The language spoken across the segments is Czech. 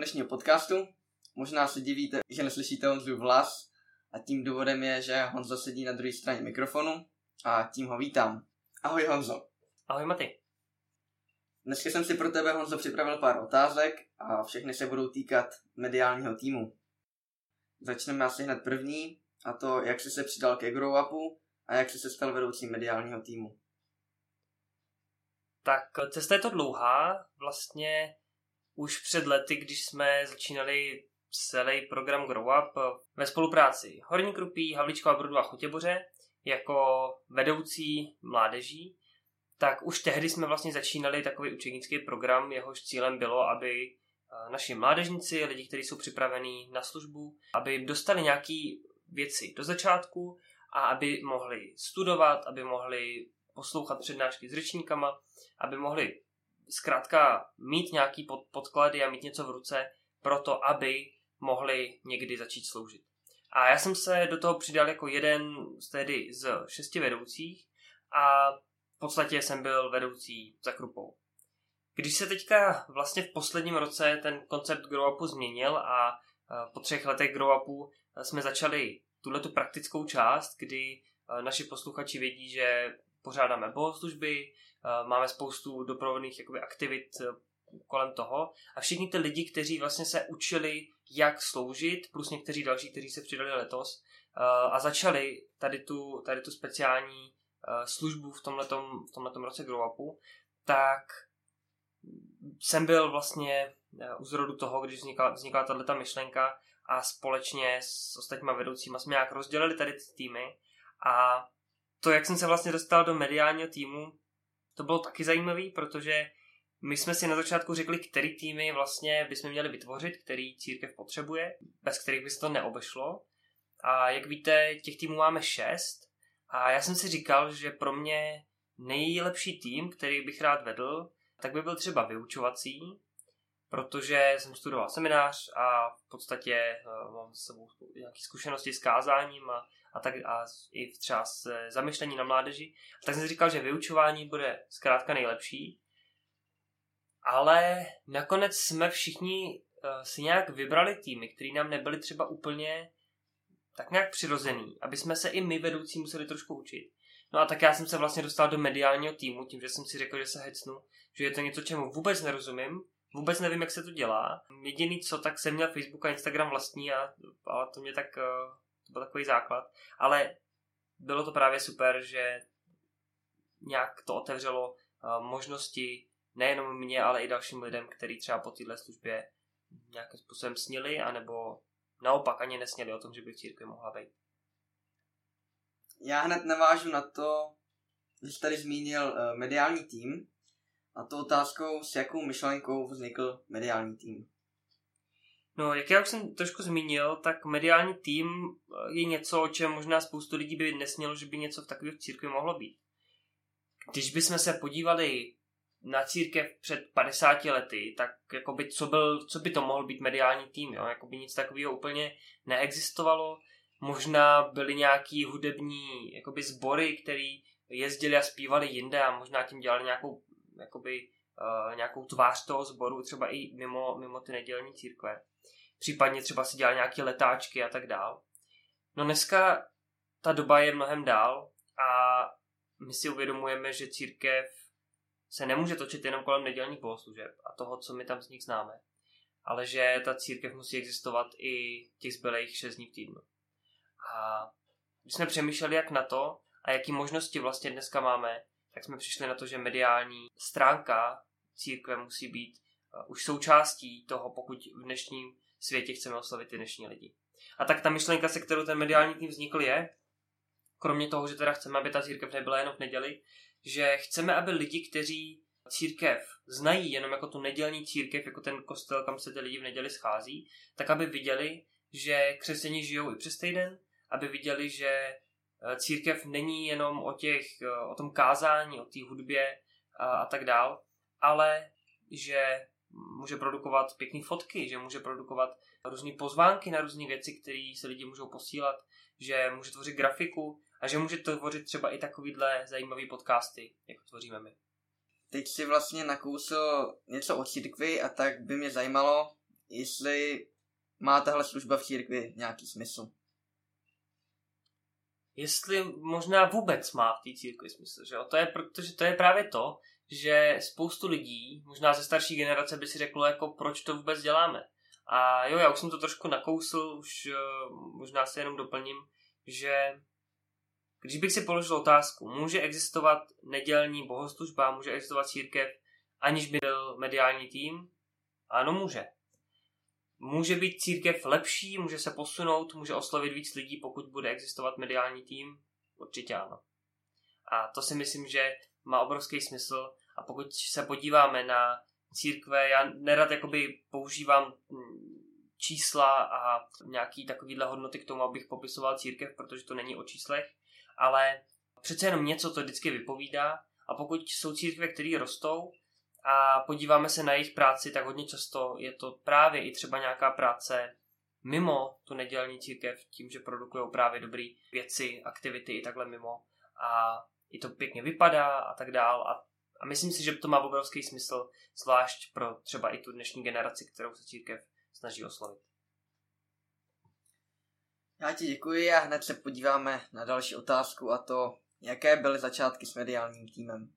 dnešního podcastu. Možná se divíte, že neslyšíte Honzu vlas a tím důvodem je, že Honza sedí na druhé straně mikrofonu a tím ho vítám. Ahoj Honzo. Ahoj Maty. Dneska jsem si pro tebe, Honzo, připravil pár otázek a všechny se budou týkat mediálního týmu. Začneme asi hned první, a to jak jsi se přidal ke Grow Upu a jak jsi se stal vedoucím mediálního týmu. Tak cesta je to dlouhá, vlastně už před lety, když jsme začínali celý program Grow Up ve spolupráci Horní Krupí, Havlíčkova Brodu a Chotěboře jako vedoucí mládeží, tak už tehdy jsme vlastně začínali takový učednický program, jehož cílem bylo, aby naši mládežníci, lidi, kteří jsou připravení na službu, aby dostali nějaké věci do začátku a aby mohli studovat, aby mohli poslouchat přednášky s řečníkama, aby mohli zkrátka mít nějaký podklady a mít něco v ruce pro to, aby mohli někdy začít sloužit. A já jsem se do toho přidal jako jeden z 6 vedoucích a v podstatě jsem byl vedoucí za Krupou. Když se teďka vlastně v posledním roce ten koncept Grow Upu změnil a po 3 letech Grow Upu jsme začali tuhletu praktickou část, kdy naši posluchači vědí, že pořádáme bohoslužby, máme spoustu doprovodných aktivit kolem toho a všichni ty lidi, kteří vlastně se učili, jak sloužit, plus někteří další, kteří se přidali letos a začali tady tu speciální službu v tomhletom roce Grow Upu, tak jsem byl vlastně u zrodu toho, když vznikla tato myšlenka a společně s ostatníma vedoucíma jsme nějak rozdělili tady ty týmy a to, jak jsem se vlastně dostal do mediálního týmu, to bylo taky zajímavý, protože my jsme si na začátku řekli, který týmy vlastně bychom měli vytvořit, který církev potřebuje, bez kterých by se to neobešlo. A jak víte, těch týmů máme 6 a já jsem si říkal, že pro mě nejlepší tým, který bych rád vedl, tak by byl třeba vyučovací, protože jsem studoval seminář a v podstatě mám s sebou nějaké zkušenosti s kázáním a i třeba s zamyšlení na mládeži. Tak jsem si říkal, že vyučování bude zkrátka nejlepší. Ale nakonec jsme všichni si nějak vybrali týmy, které nám nebyly třeba úplně tak nějak přirozený, aby jsme se i my vedoucí museli trošku učit. No a tak já jsem se vlastně dostal do mediálního týmu tím, že jsem si řekl, že se hecnu, že je to něco, čemu vůbec nerozumím, vůbec nevím, jak se to dělá. Jediný co, tak jsem měl Facebook a Instagram vlastní, ale to byl takový základ. Ale bylo to právě super, že nějak to otevřelo možnosti nejenom mě, ale i dalším lidem, kteří třeba po této službě nějakým způsobem snili, anebo naopak ani nesněli o tom, že by v církvi mohla být. Já hned navážu na to, že jsi tady zmínil mediální tým a to otázkou, s jakou myšlenkou vznikl mediální tým. No, jak já už jsem trošku zmínil, tak mediální tým je něco, o čem možná spoustu lidí by nesmělo, že by něco v takového v církvi mohlo být. Když bychom se podívali na církev před 50 lety, tak jakoby, co by to mohl být mediální tým, jo? Jakoby nic takového úplně neexistovalo. Možná byly nějaký hudební sbory, který jezdili a zpívali jinde a možná tím dělali nějakou tvář toho sboru, třeba i mimo ty nedělní církve. Případně třeba si dělali nějaké letáčky a tak dál. No dneska ta doba je mnohem dál a my si uvědomujeme, že církev se nemůže točit jenom kolem nedělních bohoslužeb a toho, co my tam z nich známe. Ale že ta církev musí existovat i těch zbylejch 6 dní v týdnu. A když jsme přemýšleli jak na to a jaký možnosti vlastně dneska máme, tak jsme přišli na to, že mediální stránka církve musí být už součástí toho, pokud v dnešním světě chceme oslavit ty dnešní lidi. A tak ta myšlenka, se kterou ten mediální tým vznikl, je, kromě toho, že teda chceme, aby ta církev nebyla jenom v neděli, že chceme, aby lidi, kteří církev znají jenom jako tu nedělní církev, jako ten kostel, kam se ty lidi v neděli schází, tak aby viděli, že křesťané žijou i přes týden, aby viděli, že církev není jenom o tom kázání, o té hudbě a tak dál, ale že může produkovat pěkné fotky, že může produkovat různé pozvánky na různé věci, které se lidi můžou posílat, že může tvořit grafiku a že může tvořit třeba i takovýhle zajímavý podcasty, jako tvoříme my. Teď si vlastně nakousl něco o církvi a tak by mě zajímalo, jestli má tahle služba v církvi nějaký smysl. Jestli možná vůbec má v té církvi smysl, že jo? Protože to je právě to, že spoustu lidí, možná ze starší generace by si řeklo, jako proč to vůbec děláme. A jo, já už jsem to trošku nakousl, už možná si jenom doplním, že když bych si položil otázku, může existovat nedělní bohoslužba, může existovat církev, aniž by byl mediální tým? Ano, může. Může být církev lepší, může se posunout, může oslovit víc lidí, pokud bude existovat mediální tým? Určitě ano. A to si myslím, že má obrovský smysl. A pokud se podíváme na církve, já nerad jakoby používám čísla a nějaký takovýhle hodnoty k tomu, abych popisoval církev, protože to není o číslech, ale přece jenom něco to vždycky vypovídá. A pokud jsou církve, které rostou, a podíváme se na jejich práci, tak hodně často je to právě i třeba nějaká práce mimo tu nedělní církev, tím, že produkují právě dobré věci, aktivity i takhle mimo. A i to pěkně vypadá a tak dál. A myslím si, že to má obrovský smysl, zvlášť pro třeba i tu dnešní generaci, kterou se církev snaží oslovit. Já ti děkuji a hned se podíváme na další otázku, a to, jaké byly začátky s mediálním týmem.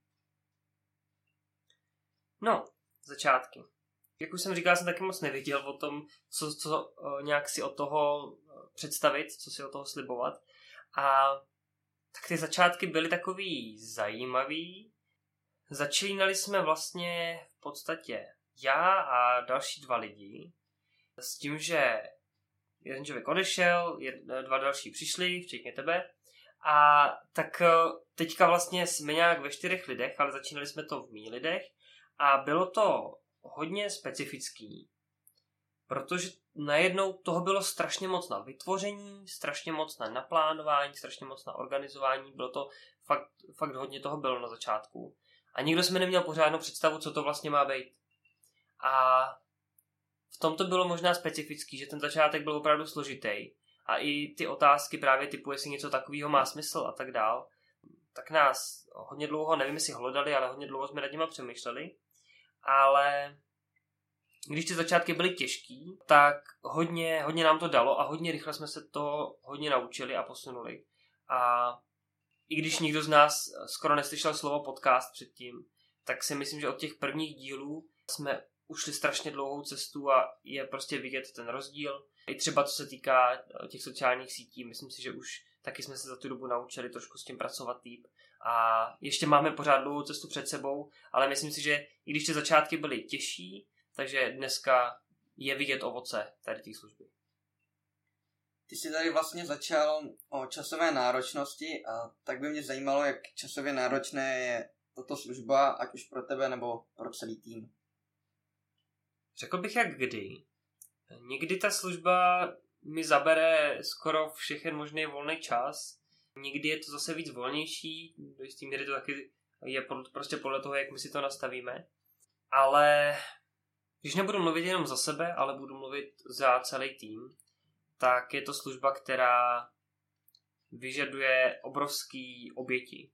No, začátky. Jak už jsem říkal, jsem taky moc nevěděl o tom, co nějak si od toho představit, co si od toho slibovat. A tak ty začátky byly takový zajímavý. Začínali jsme vlastně v podstatě já a další 2 lidi s tím, že jeden člověk odešel, 2 další přišli, včetně tebe. A tak teďka vlastně jsme nějak ve 4 lidech, ale začínali jsme to v mých lidech. A bylo to hodně specifický, protože najednou toho bylo strašně moc na vytvoření, strašně moc na naplánování, strašně moc na organizování, bylo to fakt hodně toho bylo na začátku. A nikdo jsme neměl pořádnou představu, co to vlastně má být. A v tom to bylo možná specifický, že ten začátek byl opravdu složitý. A i ty otázky právě typu, jestli něco takového má smysl a tak dál, tak nás hodně dlouho, nevím jestli hlodali, ale hodně dlouho jsme nad nima přemýšleli. Ale když ty začátky byly těžký, tak hodně nám to dalo a hodně rychle jsme se to hodně naučili a posunuli. A i když nikdo z nás skoro neslyšel slovo podcast předtím, tak si myslím, že od těch prvních dílů jsme ušli strašně dlouhou cestu a je prostě vidět ten rozdíl. I třeba co se týká těch sociálních sítí, myslím si, že už taky jsme se za tu dobu naučili trošku s tím pracovat líp. A ještě máme pořád dlouhou cestu před sebou, ale myslím si, že i když ty začátky byly těžší, takže dneska je vidět ovoce tady té služby. Ty jsi tady vlastně začal o časové náročnosti a tak by mě zajímalo, jak časově náročné je tato služba, ať už pro tebe nebo pro celý tým. Řekl bych jak kdy. Někdy ta služba mi zabere skoro všechen možný volný čas. Někdy je to zase víc volnější, do jistý míry to taky je prostě podle toho, jak my si to nastavíme. Ale když nebudu mluvit jenom za sebe, ale budu mluvit za celý tým, tak je to služba, která vyžaduje obrovský oběti.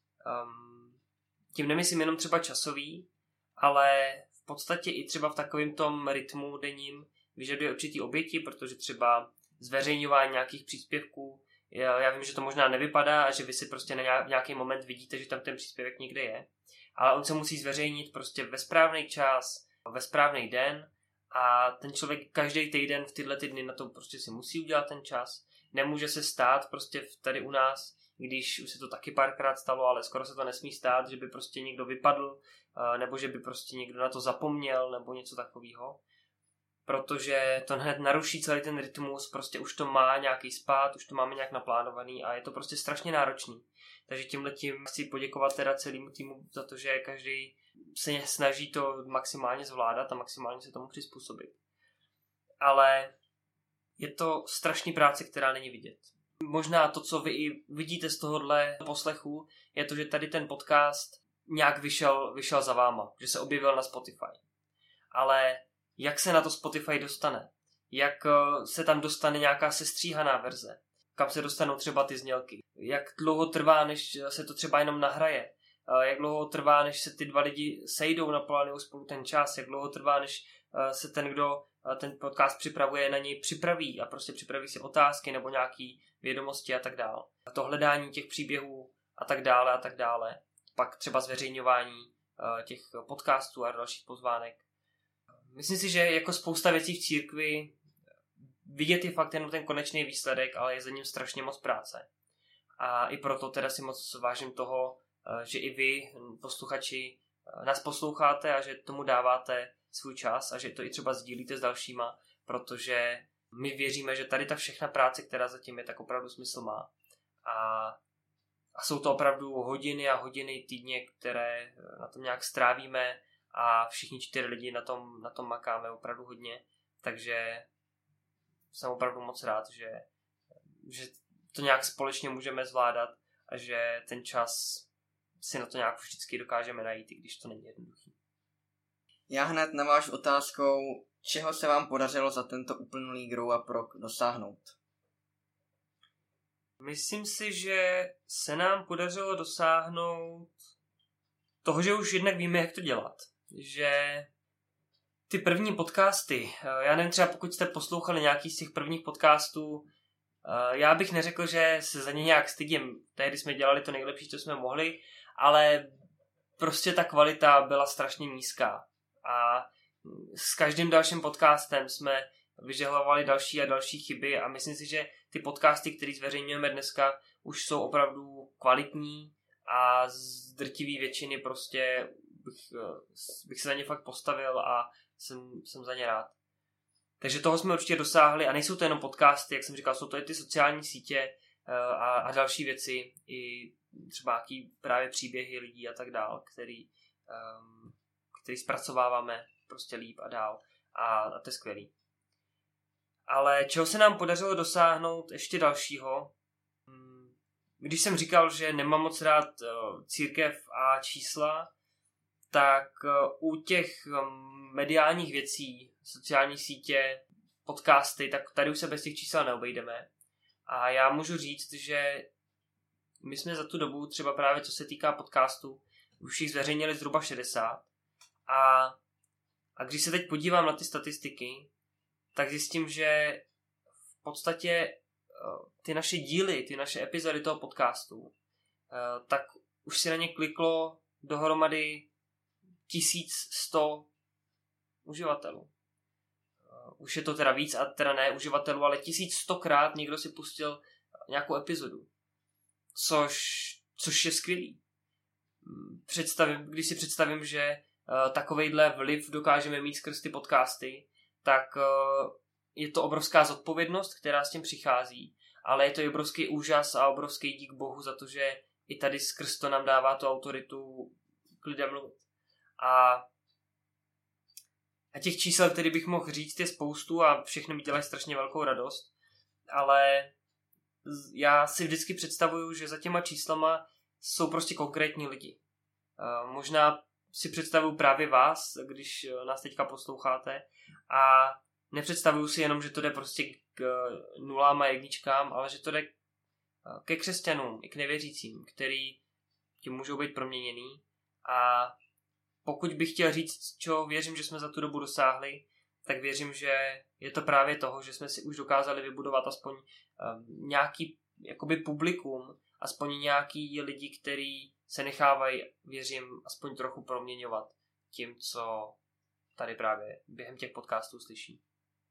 Tím nemyslím jenom třeba časový, ale v podstatě i třeba v takovém tom rytmu denním vyžaduje určitý oběti, protože třeba zveřejňování nějakých příspěvků, já vím, že to možná nevypadá a že vy si prostě na nějaký moment vidíte, že tam ten příspěvek někde je, ale on se musí zveřejnit prostě ve správný čas, ve správný den a ten člověk každý týden v tyhle dny na to prostě si musí udělat ten čas. Nemůže se stát prostě tady u nás, když už se to taky párkrát stalo, ale skoro se to nesmí stát, že by prostě někdo vypadl, nebo že by prostě někdo na to zapomněl, nebo něco takového. Protože to hned naruší celý ten rytmus, prostě už to má nějaký spát, už to máme nějak naplánovaný a je to prostě strašně náročný. Takže tímhletím chci poděkovat teda celému týmu za to, že každý se snaží to maximálně zvládat a maximálně se tomu přizpůsobit. Ale je to strašný práce, která není vidět. Možná to, co vy i vidíte z tohohle poslechu, je to, že tady ten podcast nějak vyšel za váma, že se objevil na Spotify. Ale jak se na to Spotify dostane? Jak se tam dostane nějaká sestříhaná verze? Kam se dostanou třeba ty znělky? Jak dlouho trvá, než se to třeba jenom nahraje? Jak dlouho trvá, než se ty 2 lidi sejdou, naplánujou spolu ten čas? Jak dlouho trvá, než se ten, kdo ten podcast připravuje, na něj připraví a prostě připraví si otázky nebo nějaký vědomosti a tak dále. To hledání těch příběhů a tak dále a tak dále. Pak třeba zveřejňování těch podcastů a dalších pozvánek. Myslím si, že jako spousta věcí v církvi vidět je fakt jenom ten konečný výsledek, ale je za ním strašně moc práce. A i proto teda si moc vážím toho, že i vy, posluchači, nás posloucháte a že tomu dáváte svůj čas a že to i třeba sdílíte s dalšíma, protože my věříme, že tady ta všechna práce, která zatím je, tak opravdu smysl má. A jsou to opravdu hodiny a hodiny týdně, které na tom nějak strávíme a všichni 4 lidi na tom makáme opravdu hodně. Takže jsem opravdu moc rád, že to nějak společně můžeme zvládat a že ten čas si na to nějak vždycky dokážeme najít, i když to není jednoduchý. Já hned navážu otázkou, čeho se vám podařilo za tento uplynulý Grow Up rok dosáhnout? Myslím si, že se nám podařilo dosáhnout toho, že už jednak víme, jak to dělat. Že ty první podcasty, já nevím, třeba pokud jste poslouchali nějaký z těch prvních podcastů, já bych neřekl, že se za ně nějak stydím. Tehdy jsme dělali to nejlepší, co jsme mohli, ale prostě ta kvalita byla strašně nízká. A s každým dalším podcastem jsme vyžehlovali další a další chyby a myslím si, že ty podcasty, které zveřejňujeme dneska, už jsou opravdu kvalitní a z drtivé většiny prostě bych se za ně fakt postavil a jsem za ně rád. Takže toho jsme určitě dosáhli a nejsou to jenom podcasty, jak jsem říkal, jsou to i ty sociální sítě a další věci, i třeba nějaký právě příběhy lidí a tak dál, který zpracováváme prostě líp a dál a to je skvělý. Ale čeho se nám podařilo dosáhnout ještě dalšího, když jsem říkal, že nemám moc rád církev a čísla, tak u těch mediálních věcí, sociální sítě, podcasty, tak tady už se bez těch čísel neobejdeme. A já můžu říct, že my jsme za tu dobu, třeba právě co se týká podcastu, už jich zveřejnili zhruba 60. A když se teď podívám na ty statistiky, tak zjistím, že v podstatě ty naše díly, ty naše epizody toho podcastu, tak už si na ně kliklo dohromady 1100 uživatelů. Už je to teda víc a teda ne uživatelů, ale 1100krát někdo si pustil nějakou epizodu. Což je skvělý. Když si představím, že takovejhle vliv dokážeme mít skrz ty podcasty, tak je to obrovská zodpovědnost, která s tím přichází, ale je to i obrovský úžas a obrovský dík Bohu za to, že i tady skrz to nám dává tu autoritu k lidem mluvit. A těch čísel, který bych mohl říct, je spoustu a všechny mi dělají strašně velkou radost, ale já si vždycky představuju, že za těma číslama jsou prostě konkrétní lidi. Možná si představuju právě vás, když nás teďka posloucháte a nepředstavuju si jenom, že to jde prostě k nulám a jedničkám, ale že to jde ke křesťanům i k nevěřícím, který tím můžou být proměněný. A pokud bych chtěl říct, čeho věřím, že jsme za tu dobu dosáhli, tak věřím, že je to právě toho, že jsme si už dokázali vybudovat aspoň nějaký jakoby publikum, aspoň nějaký lidi, kteří se nechávají, věřím, aspoň trochu proměňovat tím, co tady právě během těch podcastů slyší.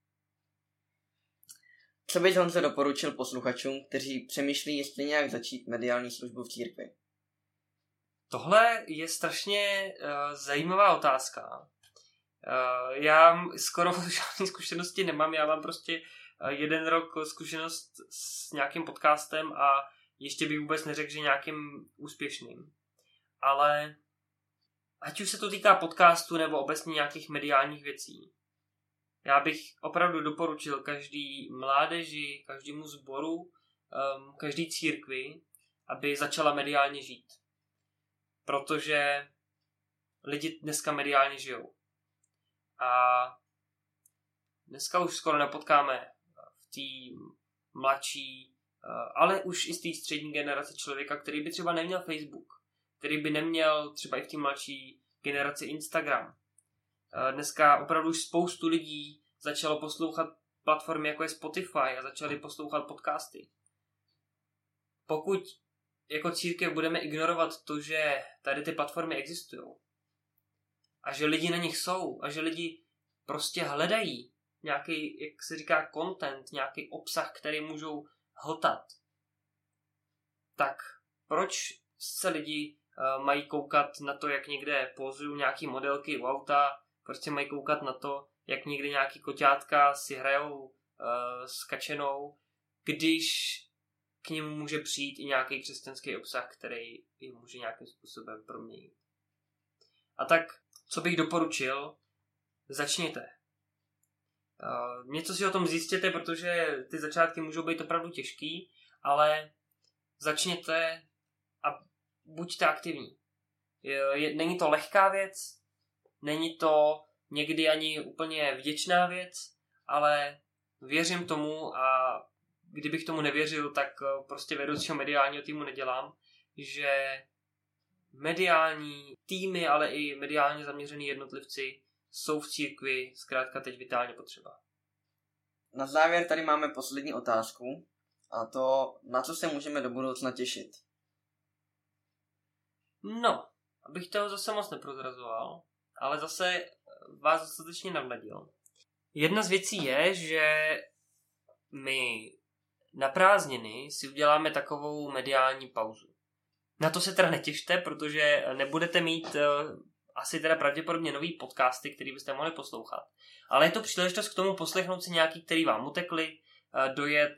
Co bys, Honzo, doporučil posluchačům, kteří přemýšlí, jestli nějak začít mediální službu v církvi? Tohle je strašně zajímavá otázka. Já skoro žádné zkušenosti nemám, já mám prostě 1 rok zkušenost s nějakým podcastem a ještě bych vůbec neřekl, že nějakým úspěšným. Ale ať už se to týká podcastu nebo obecně nějakých mediálních věcí, já bych opravdu doporučil každý mládeži, každému sboru, každý církvi, aby začala mediálně žít. Protože lidi dneska mediálně žijou. A dneska už skoro nepotkáme v té mladší, ale už i z té střední generace člověka, který by třeba neměl Facebook, který by neměl třeba i v té mladší generaci Instagram. Dneska opravdu už spoustu lidí začalo poslouchat platformy jako je Spotify a začali poslouchat podcasty. Pokud jako církev budeme ignorovat to, že tady ty platformy existují a že lidi na nich jsou a že lidi prostě hledají nějaký, jak se říká, content, nějaký obsah, který můžou hltat, tak proč se lidi mají koukat na to, jak někde pózují nějaký modelky u auta, prostě mají koukat na to, jak někde nějaký koťátka si hrajou s kačenou, když k němu může přijít i nějaký křesťanský obsah, který jim může nějakým způsobem proměnit. A tak, co bych doporučil, začněte. Něco si o tom zjistěte, protože ty začátky můžou být opravdu těžký, ale začněte a buďte aktivní. Není to lehká věc, není to někdy ani úplně vděčná věc, ale věřím tomu a kdybych tomu nevěřil, tak prostě vedoucího mediálního týmu nedělám, že mediální týmy, ale i mediálně zaměřený jednotlivci jsou v církvi zkrátka teď vitálně potřeba. Na závěr tady máme poslední otázku a to, na co se můžeme do budoucna těšit. No, abych toho zase moc neprozrazoval, ale zase vás dostatečně navnadil. Jedna z věcí je, že my na prázdniny si uděláme takovou mediální pauzu. Na to se teda netěšte, protože nebudete mít asi teda pravděpodobně nový podcasty, který byste mohli poslouchat. Ale je to příležitost k tomu poslechnout si nějaký, který vám utekli, dojet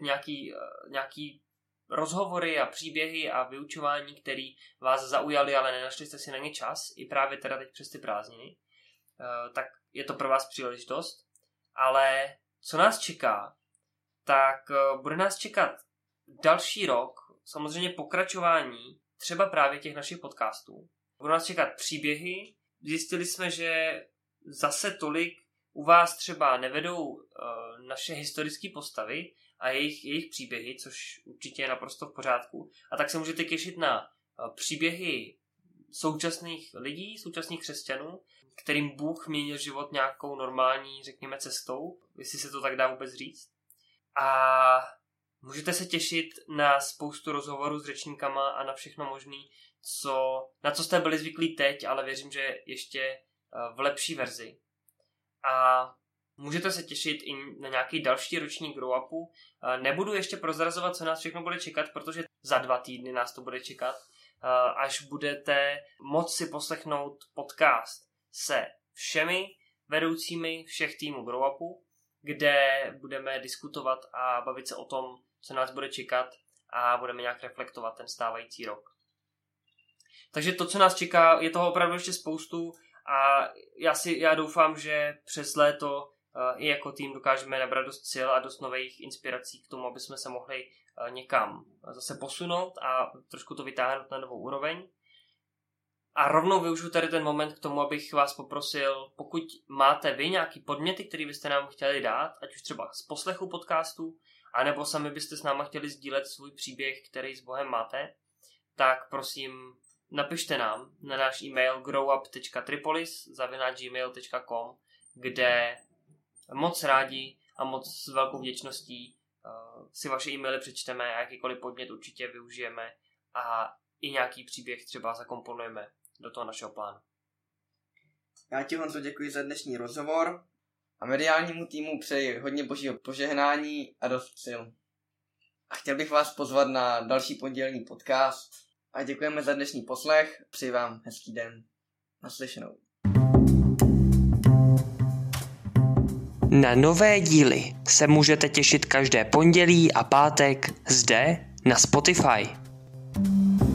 nějaký rozhovory a příběhy a vyučování, který vás zaujaly, ale nenašli jste si na ně čas, i právě teda teď přes ty prázdniny. Tak je to pro vás příležitost. Ale co nás čeká, tak bude nás čekat další rok, samozřejmě pokračování třeba právě těch našich podcastů. Budou nás čekat příběhy. Zjistili jsme, že zase tolik u vás třeba nevedou naše historické postavy a jejich příběhy, což určitě je naprosto v pořádku. A tak se můžete těšit na příběhy současných lidí, současných křesťanů, kterým Bůh měnil život nějakou normální, řekněme, cestou, jestli se to tak dá vůbec říct. A můžete se těšit na spoustu rozhovorů s řečníkama a na všechno možný, na co jste byli zvyklí teď, ale věřím, že ještě v lepší verzi. A můžete se těšit i na nějaký další ročník Grow Upu. Nebudu ještě prozrazovat, co nás všechno bude čekat, protože za 2 týdny nás to bude čekat, až budete moct si poslechnout podcast se všemi vedoucími všech týmů Grow Upu, kde budeme diskutovat a bavit se o tom, co nás bude čekat a budeme nějak reflektovat ten stávající rok. Takže to, co nás čeká, je toho opravdu ještě spoustu a já doufám, že přes léto i jako tým dokážeme nabrat dost sil a dost nových inspirací k tomu, aby jsme se mohli někam zase posunout a trošku to vytáhnout na novou úroveň. A rovnou využiju tady ten moment k tomu, abych vás poprosil, pokud máte vy nějaký podněty, které byste nám chtěli dát, ať už třeba z poslechu podcastu, anebo sami byste s náma chtěli sdílet svůj příběh, který s Bohem máte, tak prosím napište nám na náš e-mail growup.tripolis@gmail.com, kde moc rádi a moc s velkou vděčností si vaše e-maily přečteme a jakýkoliv podnět určitě využijeme a i nějaký příběh třeba zakomponujeme do toho našeho plánu. Já ti, Honzo, děkuji za dnešní rozhovor a mediálnímu týmu přeji hodně božího požehnání a dost sil. A chtěl bych vás pozvat na další pondělní podcast a děkujeme za dnešní poslech. Přeji vám hezký den. Naslyšenou. Na nové díly se můžete těšit každé pondělí a pátek zde na Spotify.